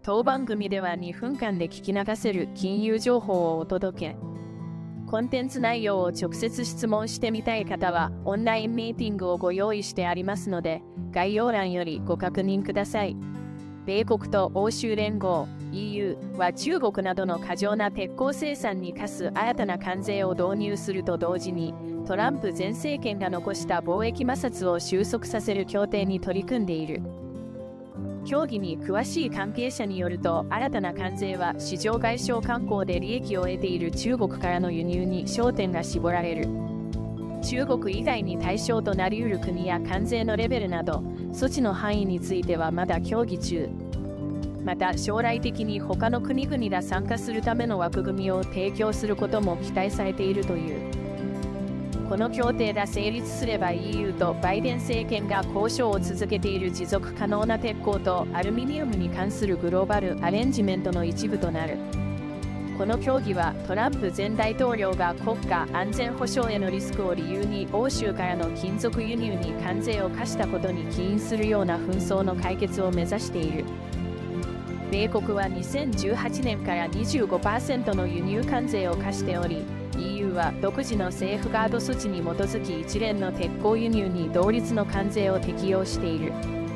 当番組では2分間で聞き流せる金融情報をお届け。コンテンツ内容を直接質問してみたい方は、オンラインミーティングをご用意してありますので、概要欄よりご確認ください。米国と欧州連合 EU は中国などの過剰な鉄鋼生産に課す新たな関税を導入すると同時に、トランプ前政権が残した貿易摩擦を収束させる協定に取り組んでいる。協議に詳しい関係者によると、新たな関税は市場外商観光で利益を得ている中国からの輸入に焦点が絞られる。中国以外に対象となりうる国や関税のレベルなど、措置の範囲についてはまだ協議中。また将来的に他の国々が参加するための枠組みを提供することも期待されているという。この協定が成立すれば EU とバイデン政権が交渉を続けている持続可能な鉄鋼とアルミニウムに関するグローバルアレンジメントの一部となる。この協議はトランプ前大統領が国家安全保障へのリスクを理由に欧州からの金属輸入に関税を課したことに起因するような紛争の解決を目指している。米国は2018年から 25% の輸入関税を課しており、EU は独自のセーフガード措置に基づき一連の鉄鋼輸入に同率の関税を適用している。